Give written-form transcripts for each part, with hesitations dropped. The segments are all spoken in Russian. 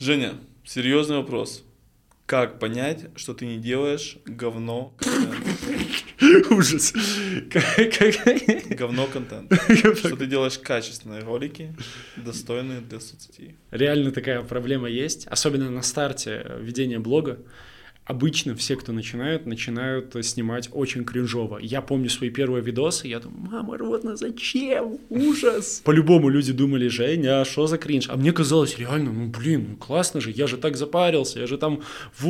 Женя, серьезный вопрос. Как понять, что ты не делаешь говно контент? Ужас. Говно контент. Что ты делаешь качественные ролики, достойные для соцсетей. Реально такая проблема есть, особенно на старте ведения блога. Обычно все, кто начинают снимать очень кринжово. Я помню свои первые видосы, я думаю, мама родная, зачем? Ужас! По-любому люди думали, Женя, а что за кринж? А мне казалось, реально, классно же, я же так запарился, я же там,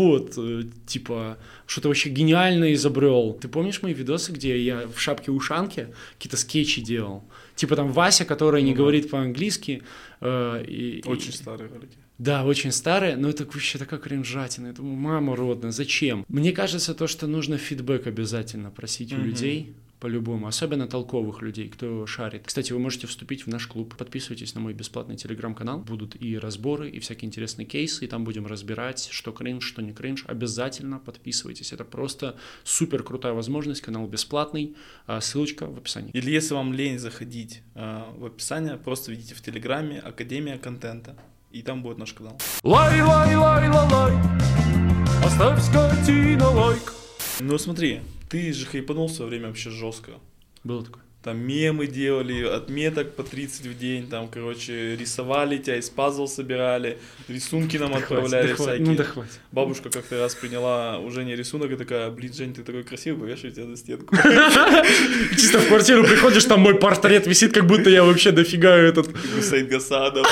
что-то вообще гениальное изобрел. Ты помнишь мои видосы, где я в шапке-ушанке какие-то скетчи делал? Типа там Вася, который не говорит по-английски. Очень старые ролики. Да, очень старые, но это вообще такая кринжатина. Я думаю, мама родная, зачем? Мне кажется, то, что нужно фидбэк обязательно просить у людей, по-любому, особенно толковых людей, кто шарит. Кстати, вы можете вступить в наш клуб. Подписывайтесь на мой бесплатный телеграм-канал. Будут и разборы, и всякие интересные кейсы, и там будем разбирать, что кринж, что не кринж. Обязательно подписывайтесь. Это просто супер крутая возможность. Канал бесплатный. Ссылочка в описании. Или если вам лень заходить в описание, просто введите в Телеграме Академия контента. И там будет наш канал. Лай, оставь скотина лайк. Ну смотри, ты же хайпанул в свое время вообще жестко. Было такое. Там мемы делали, отметок по 30 в день, там, рисовали тебя, из пазл собирали, рисунки нам отправляли всякие. Да хватит. Бабушка как-то раз приняла у Жени рисунок и такая, блин, Жень, ты такой красивый, повешай тебя на стенку. Чисто в квартиру приходишь, там мой портрет висит, как будто я вообще дофига этот... Гусейн Гасанов.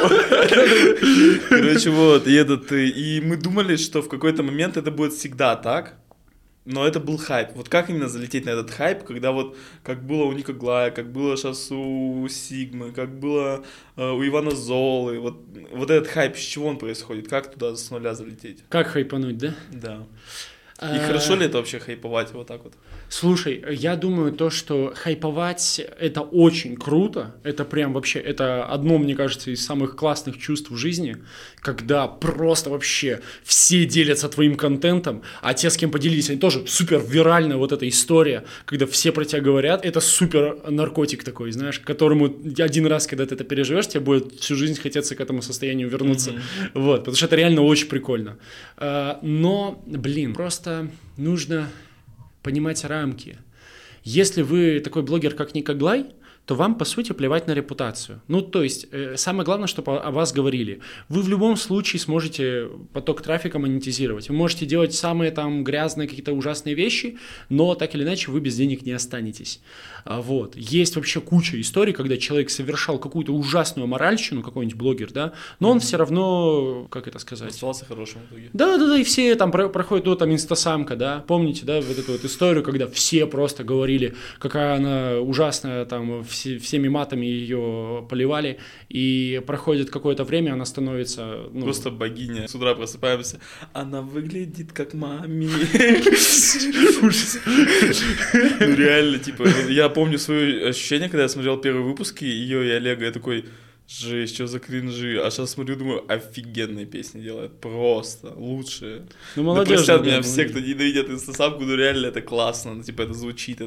И мы думали, что в какой-то момент это будет всегда так. Но это был хайп. Вот как именно залететь на этот хайп, когда вот как было у Ника Глая, как было сейчас у Сигмы, как было у Ивана Золы, вот этот хайп, с чего он происходит? Как туда с нуля залететь? Как хайпануть, да? Да. И хорошо ли это вообще хайповать вот так вот? Слушай, я думаю, то, что хайповать это очень круто, это прям вообще, это одно, мне кажется, из самых классных чувств в жизни, когда просто вообще все делятся твоим контентом, а те, с кем поделились, они тоже супер виральная вот эта история, когда все про тебя говорят, это супер наркотик такой, знаешь, которому один раз, когда ты это переживешь, тебе будет всю жизнь хотеться к этому состоянию вернуться, вот, потому что это реально очень прикольно. Но, просто нужно понимать рамки. Если вы такой блогер, как Ника Глай, то вам, по сути, плевать на репутацию. То есть, самое главное, чтобы о вас говорили. Вы в любом случае сможете поток трафика монетизировать. Вы можете делать самые там грязные, какие-то ужасные вещи, но так или иначе вы без денег не останетесь. Вот. Есть вообще куча историй, когда человек совершал какую-то ужасную аморальщину, какой-нибудь блогер, да, но он все равно, как это сказать? Оставался хорошим в итоге. Да, и все там проходят, там инстасамка, да, помните, да, вот эту вот историю, когда все просто говорили, какая она ужасная, там, всеми матами ее поливали, и проходит какое-то время, она становится... Просто богиня. С утра просыпаемся, она выглядит как маме. Ужас. Реально, я помню свои ощущения, когда я смотрел первые выпуски ее и Олега, я такой... Жесть, что за кринжи. А сейчас смотрю, думаю, офигенные песни делают. Просто лучшие. Молодежь. Да простят меня все, кто ненавидят инстасамку, но реально это классно. Это звучит.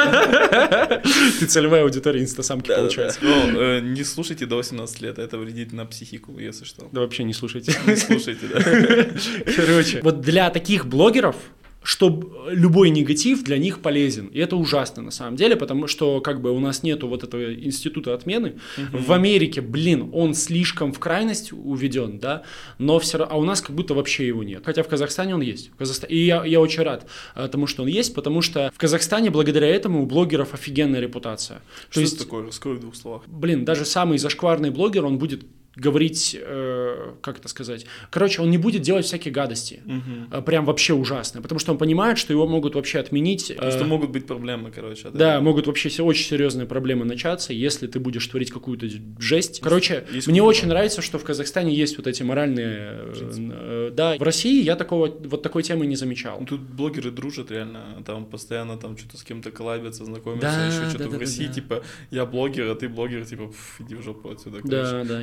Ты целевая аудитория инстасамки, получается. Но не слушайте до 18 лет, это вредит на психику, если что. Да вообще не слушайте. Не слушайте, да. Короче, вот для таких блогеров, что любой негатив для них полезен. И это ужасно на самом деле, потому что у нас нету вот этого института отмены. В Америке, он слишком в крайность уведен, да, но все равно, а у нас как будто вообще его нет. Хотя в Казахстане он есть. И я очень рад тому, что он есть, потому что в Казахстане благодаря этому у блогеров офигенная репутация. Что это такое? Раскрой в двух словах. Даже самый зашкварный блогер, он будет говорить, как это сказать, он не будет делать всякие гадости, прям вообще ужасные, потому что он понимает, что его могут вообще отменить. Что могут быть проблемы, Да, могут вообще очень серьезные проблемы начаться, если ты будешь творить какую-то жесть. Мне очень нравится, что в Казахстане есть вот эти моральные... Да, в России я такой темы не замечал. Тут блогеры дружат реально, там постоянно что-то с кем-то коллабятся, знакомятся, еще что-то в России, я блогер, а ты блогер, иди в жопу отсюда. Да. Вот не у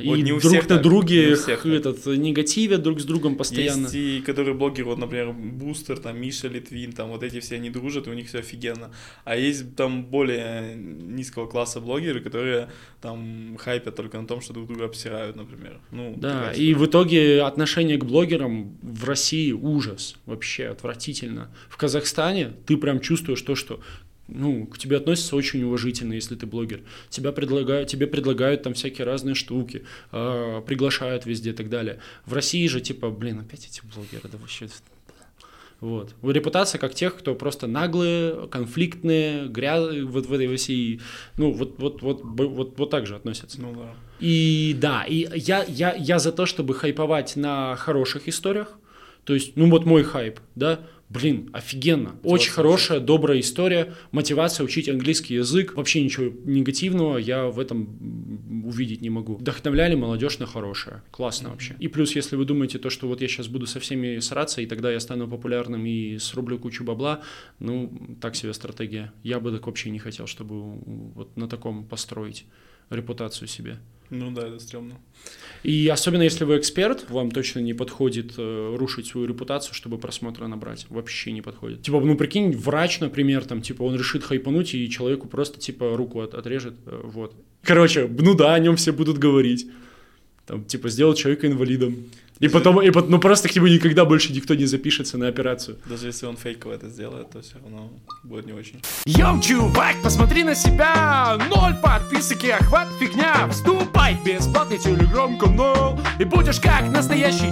друг на друге всех, негативят друг с другом постоянно. Есть и которые блогеры, вот, например, Бустер, там, Миша Литвин, там, вот эти все, они дружат, и у них все офигенно. А есть там более низкого класса блогеры, которые там хайпят только на том, что друг друга обсирают, например. Ну, да, и в итоге отношение к блогерам в России ужас, вообще отвратительно. В Казахстане ты прям чувствуешь то, что к тебе относятся очень уважительно, если ты блогер. Тебе предлагают там всякие разные штуки, приглашают везде и так далее. В России же типа, опять эти блогеры, да вообще... Вот. Репутация как тех, кто просто наглые, конфликтные, вот в этой России, вот так же относятся. Ну да. И да, и я за то, чтобы хайповать на хороших историях. То есть, вот мой хайп, да, офигенно. Очень хорошая, добрая история, мотивация учить английский язык. Вообще ничего негативного я в этом увидеть не могу. Вдохновляли молодежь на хорошее. Классно вообще. И плюс, если вы думаете, то, что вот я сейчас буду со всеми сраться, и тогда я стану популярным и срублю кучу бабла, так себе стратегия. Я бы так вообще не хотел, чтобы вот на таком построить репутацию себе. Ну да, это стрёмно. И особенно если вы эксперт, вам точно не подходит рушить свою репутацию, чтобы просмотра набрать. Вообще не подходит. Прикинь, врач, например, он решит хайпануть, и человеку просто, руку отрежет, вот. Короче, о нем все будут говорить. Сделать человека инвалидом. И потом, просто к нему никогда больше никто не запишется на операцию. Даже если он фейково это сделает, то все равно будет не очень. Йоу, чувак, посмотри на себя. 0 подписок и охват фигня. Вступай в бесплатный телеграм-канал и будешь как настоящий.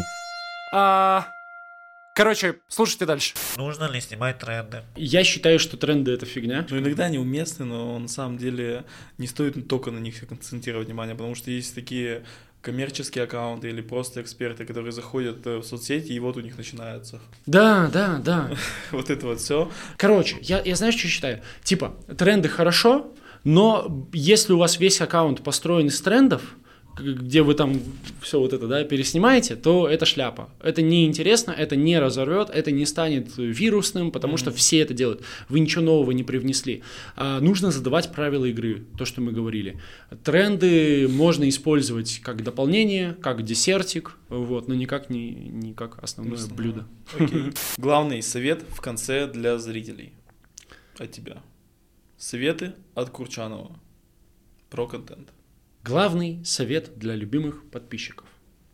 Короче, слушайте дальше. Нужно ли снимать тренды? Я считаю, что тренды — это фигня. Иногда они уместны, но на самом деле не стоит только на них концентрировать внимание, потому что есть такие коммерческие аккаунты или просто эксперты, которые заходят в соцсети, и вот у них начинается. Да. Вот это вот все. Короче, я знаешь, что считаю? Тренды хорошо, но если у вас весь аккаунт построен из трендов, где вы там все переснимаете, то это шляпа. Это неинтересно, это не разорвет, это не станет вирусным, потому что все это делают. Вы ничего нового не привнесли. Нужно задавать правила игры, то, что мы говорили. Тренды можно использовать как дополнение, как десертик, но никак не как основное блюдо. Окей. Главный совет в конце для зрителей от тебя. Советы от Курчанова про контент. Главный совет для любимых подписчиков.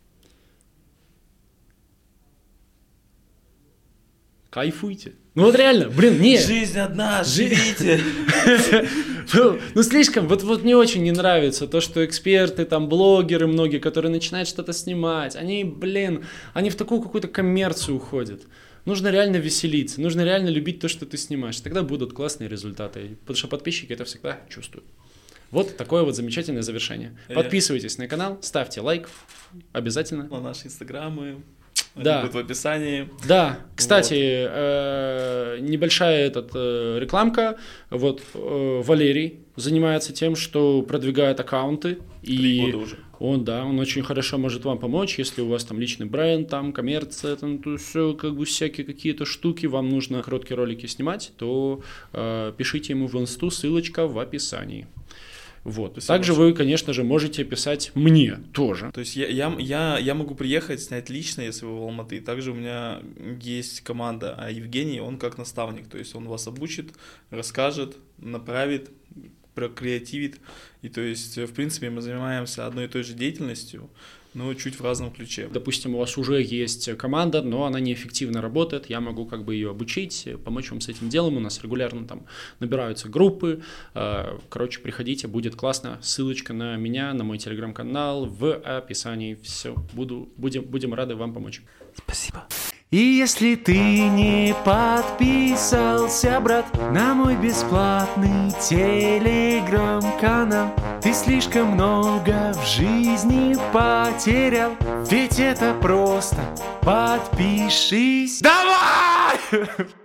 Кайфуйте. Реально, нет. Жизнь одна, живите. Слишком, мне очень не нравится то, что эксперты, блогеры многие, которые начинают что-то снимать, они в такую какую-то коммерцию уходят. Нужно реально веселиться, нужно реально любить то, что ты снимаешь. Тогда будут классные результаты, потому что подписчики это всегда чувствуют. Вот такое замечательное завершение. Подписывайтесь на канал, ставьте лайк, обязательно. На наши инстаграмы, да. Будут в описании. Да, кстати, небольшая рекламка. Валерий занимается тем, что продвигает аккаунты. 3 года уже. Он очень хорошо может вам помочь, если у вас личный бренд, коммерция, то все, всякие какие-то штуки, вам нужно короткие ролики снимать, то пишите ему в инсту, ссылочка в описании. Также вы, конечно же, можете писать мне тоже. То есть я могу приехать, снять лично, если вы в Алматы. Также у меня есть команда, а Евгений, он как наставник. То есть он вас обучит, расскажет, направит, прокреативит. И то есть, в принципе, мы занимаемся одной и той же деятельностью, но чуть в разном ключе. Допустим, у вас уже есть команда, но она неэффективно работает, я могу ее обучить, помочь вам с этим делом, у нас регулярно набираются группы, приходите, будет классно, ссылочка на меня, на мой телеграм-канал в описании, все, будем рады вам помочь. Спасибо. И если ты не подписался, брат, на мой бесплатный телеграм-канал, ты слишком много в жизни потерял, ведь это просто подпишись. Давай!